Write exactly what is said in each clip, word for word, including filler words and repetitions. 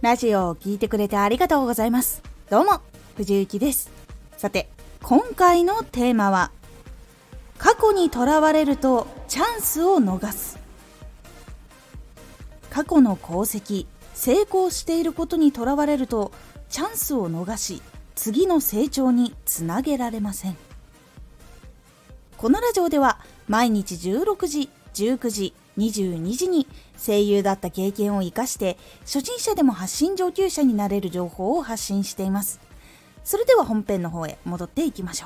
ラジオを聞いてくれてありがとうございます。どうも藤幸です。さて、今回のテーマは過去にとらわれるとチャンスを逃す。過去の功績、成功していることにとらわれるとチャンスを逃し、次の成長につなげられません。このラジオでは毎日じゅうろくじ、じゅうくじ、にじゅうにじに声優だった経験を生かして初心者でも発信上級者になれる情報を発信しています。それでは本編の方へ戻っていきましょう。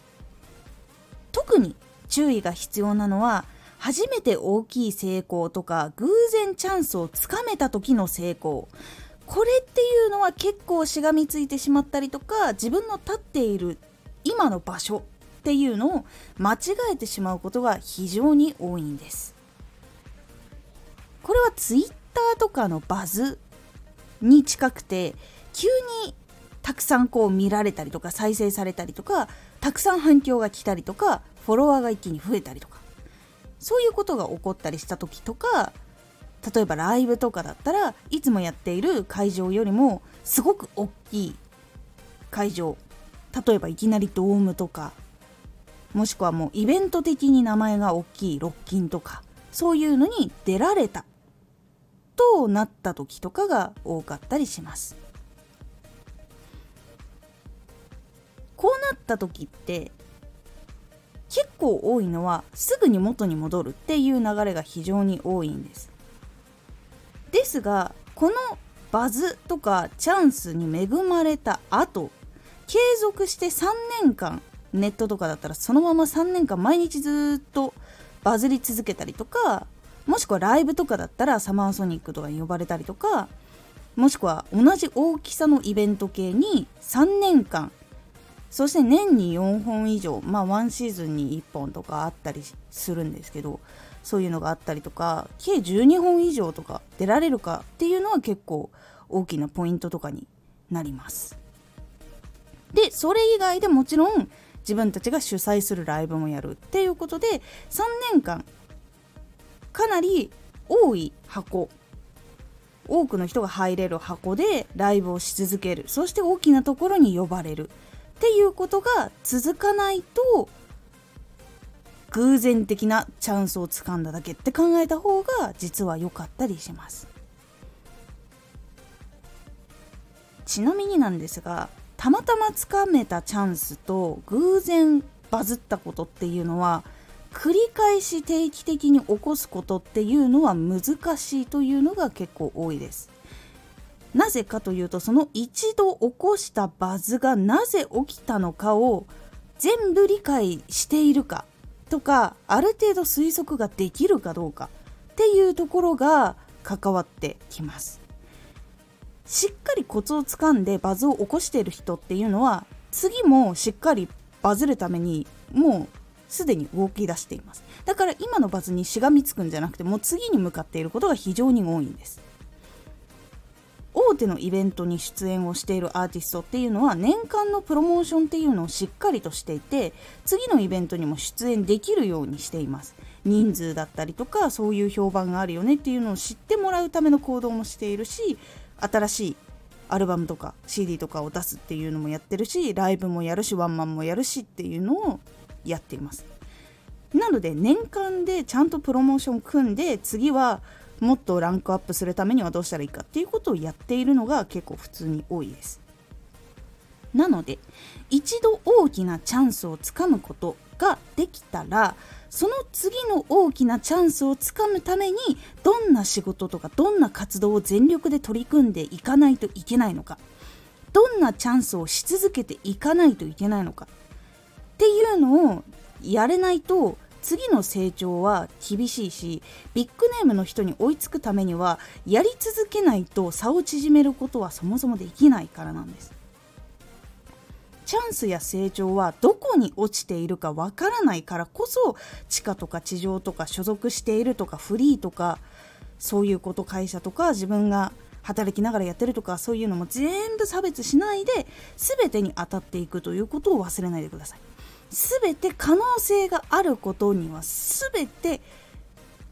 特に注意が必要なのは、初めて大きい成功とか偶然チャンスをつかめた時の成功、これっていうのは結構しがみついてしまったりとか、自分の立っている今の場所っていうのを間違えてしまうことが非常に多いんです。これはツイッターとかのバズに近くて、急にたくさんこう見られたりとか再生されたりとか、たくさん反響が来たりとか、フォロワーが一気に増えたりとか、そういうことが起こったりした時とか、例えばライブとかだったらいつもやっている会場よりもすごく大きい会場、例えばいきなりドームとか、もしくはもうイベント的に名前が大きいロッキンとか、そういうのに出られたとなった時とかが多かったりします。こうなった時って結構多いのは、すぐに元に戻るっていう流れが非常に多いんです。ですが、このバズとかチャンスに恵まれた後、継続してさんねんかん、ネットとかだったらそのままさんねんかん毎日ずっとバズり続けたりとか、もしくはライブとかだったらサマーソニックとかに呼ばれたりとか、もしくは同じ大きさのイベント系にさんねんかん、そして年によんほん以上、まあワンシーズンにいっぽんとかあったりするんですけど、そういうのがあったりとか、計じゅうにほん以上とか出られるかっていうのは結構大きなポイントとかになります。で、それ以外でもちろん自分たちが主催するライブもやるっていうことで、さんねんかんかなり多い箱、多くの人が入れる箱でライブをし続ける、そして大きなところに呼ばれるっていうことが続かないと、偶然的なチャンスをつかんだだけって考えた方が実は良かったりします。ちなみになんですが、たまたまつかめたチャンスと偶然バズったことっていうのは、繰り返し定期的に起こすことっていうのは難しいというのが結構多いです。なぜかというと、その一度起こしたバズがなぜ起きたのかを全部理解しているかとか、ある程度推測ができるかどうかっていうところが関わってきます。しっかりコツをつかんでバズを起こしている人っていうのは、次もしっかりバズるためにもうすでに動き出しています。だから今のバズにしがみつくんじゃなくて、もう次に向かっていることが非常に多いんです。大手のイベントに出演をしているアーティストっていうのは、年間のプロモーションっていうのをしっかりとしていて、次のイベントにも出演できるようにしています。人数だったりとか、そういう評判があるよねっていうのを知ってもらうための行動もしているし、新しいアルバムとか シーディー とかを出すっていうのもやってるし、ライブもやるし、ワンマンもやるしっていうのをやっています。なので年間でちゃんとプロモーション組んで、次はもっとランクアップするためにはどうしたらいいかっていうことをやっているのが結構普通に多いです。なので一度大きなチャンスをつかむことができたら、その次の大きなチャンスをつかむためにどんな仕事とかどんな活動を全力で取り組んでいかないといけないのか、どんなチャンスをし続けていかないといけないのかっていうのをやれないと、次の成長は厳しいし、ビッグネームの人に追いつくためにはやり続けないと差を縮めることはそもそもできないからなんです。チャンスや成長はどこに落ちているかわからないからこそ、地下とか地上とか所属しているとかフリーとか、そういうこと、会社とか自分が働きながらやってるとか、そういうのも全部差別しないで全てに当たっていくということを忘れないでください。すべて可能性があることにはすべて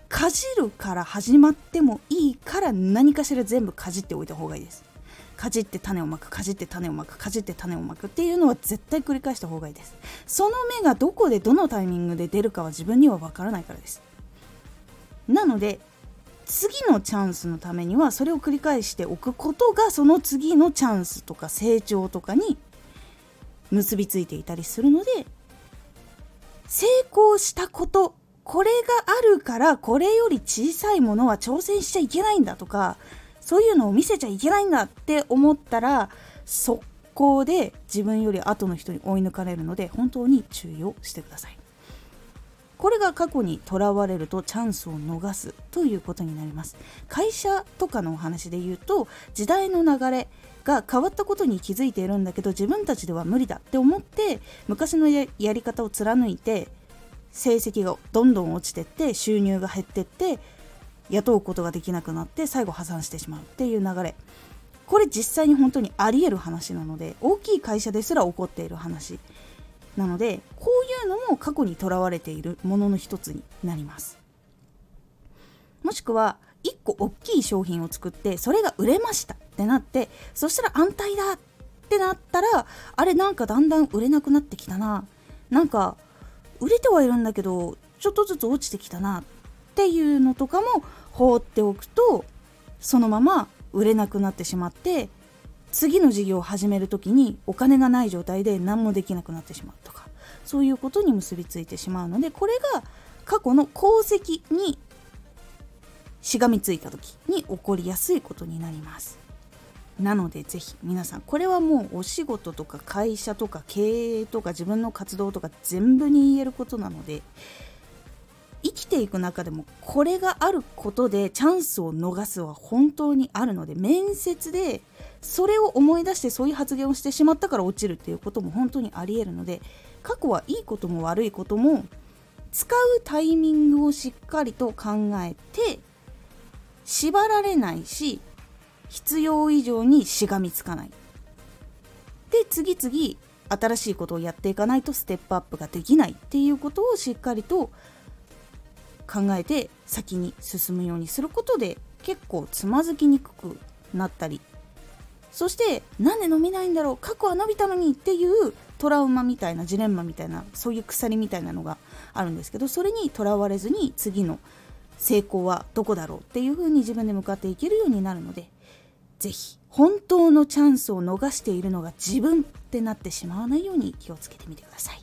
かじるから始まってもいいから、何かしら全部かじっておいた方がいいです。かじって種をまく、かじって種をまく、かじって種をまくっていうのは絶対繰り返した方がいいです。その芽がどこでどのタイミングで出るかは自分にはわからないからです。なので次のチャンスのためにはそれを繰り返しておくことが、その次のチャンスとか成長とかに結びついていたりするので、成功したこと、これがあるからこれより小さいものは挑戦しちゃいけないんだとか、そういうのを見せちゃいけないんだって思ったら、速攻で自分より後の人に追い抜かれるので、本当に注意をしてください。これが過去にとらわれるとチャンスを逃すということになります。会社とかのお話で言うと、時代の流れが変わったことに気づいているんだけど、自分たちでは無理だって思って昔の や, やり方を貫いて、成績がどんどん落ちてって、収入が減ってって、雇うことができなくなって最後破産してしまうっていう流れ、これ実際に本当にあり得る話なので、大きい会社ですら起こっている話なので、こういうのも過去にとらわれているものの一つになります。もしくはいっこ大きい商品を作って、それが売れましたってなって、そしたら安泰だってなったら、あれなんかだんだん売れなくなってきたな、なんか売れてはいるんだけどちょっとずつ落ちてきたなっていうのとかも放っておくと、そのまま売れなくなってしまって、次の事業を始めるときにお金がない状態で何もできなくなってしまうとか、そういうことに結びついてしまうので、これが過去の功績にしがみついたときに起こりやすいことになります。なのでぜひ皆さん、これはもうお仕事とか会社とか経営とか自分の活動とか全部に言えることなので、生きていく中でもこれがあることでチャンスを逃すは本当にあるので、面接でそれを思い出してそういう発言をしてしまったから落ちるっていうことも本当にあり得るので、過去はいいことも悪いことも使うタイミングをしっかりと考えて、縛られないし必要以上にしがみつかないで、次々新しいことをやっていかないとステップアップができないっていうことをしっかりと考えて先に進むようにすることで、結構つまずきにくくなったり、そしてなんで伸びないんだろう、過去は伸びたのにっていうトラウマみたいな、ジレンマみたいな、そういう鎖みたいなのがあるんですけど、それにとらわれずに次の成功はどこだろうっていう風に自分で向かっていけるようになるので、ぜひ本当のチャンスを逃しているのが自分ってなってしまわないように気をつけてみてください。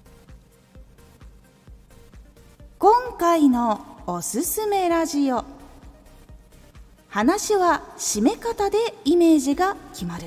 今回のおすすめラジオ、話は締め方でイメージが決まる。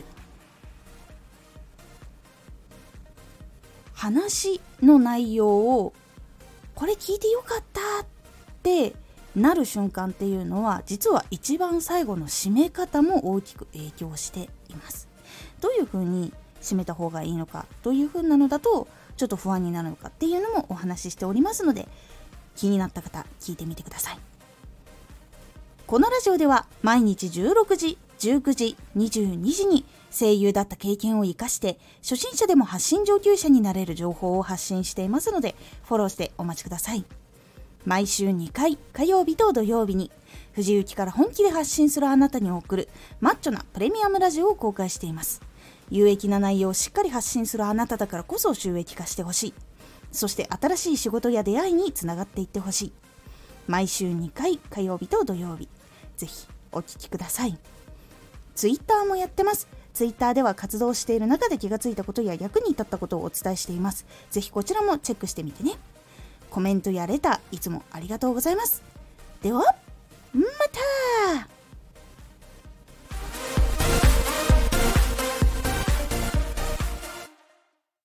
話の内容をこれ聞いてよかったってなる瞬間っていうのは、実は一番最後の締め方も大きく影響しています。どういう風に締めた方がいいのか、どういう風なのだとちょっと不安になるのかっていうのもお話ししておりますので、気になった方聞いてみてください。このラジオでは毎日じゅうろくじ、じゅうくじ、にじゅうにじに声優だった経験を生かして初心者でも発信上級者になれる情報を発信していますので、フォローしてお待ちください。毎週にかい、火曜日と土曜日に藤雪から本気で発信するあなたに送るマッチョなプレミアムラジオを公開しています。有益な内容をしっかり発信するあなただからこそ収益化してほしい。そして新しい仕事や出会いにつながっていってほしい。毎週にかい、火曜日と土曜日、ぜひお聞きください。ツイッターもやってます。ツイッターでは活動している中で気がついたことや役に立ったことをお伝えしています。ぜひこちらもチェックしてみてね。コメントやレターいつもありがとうございます。ではまた。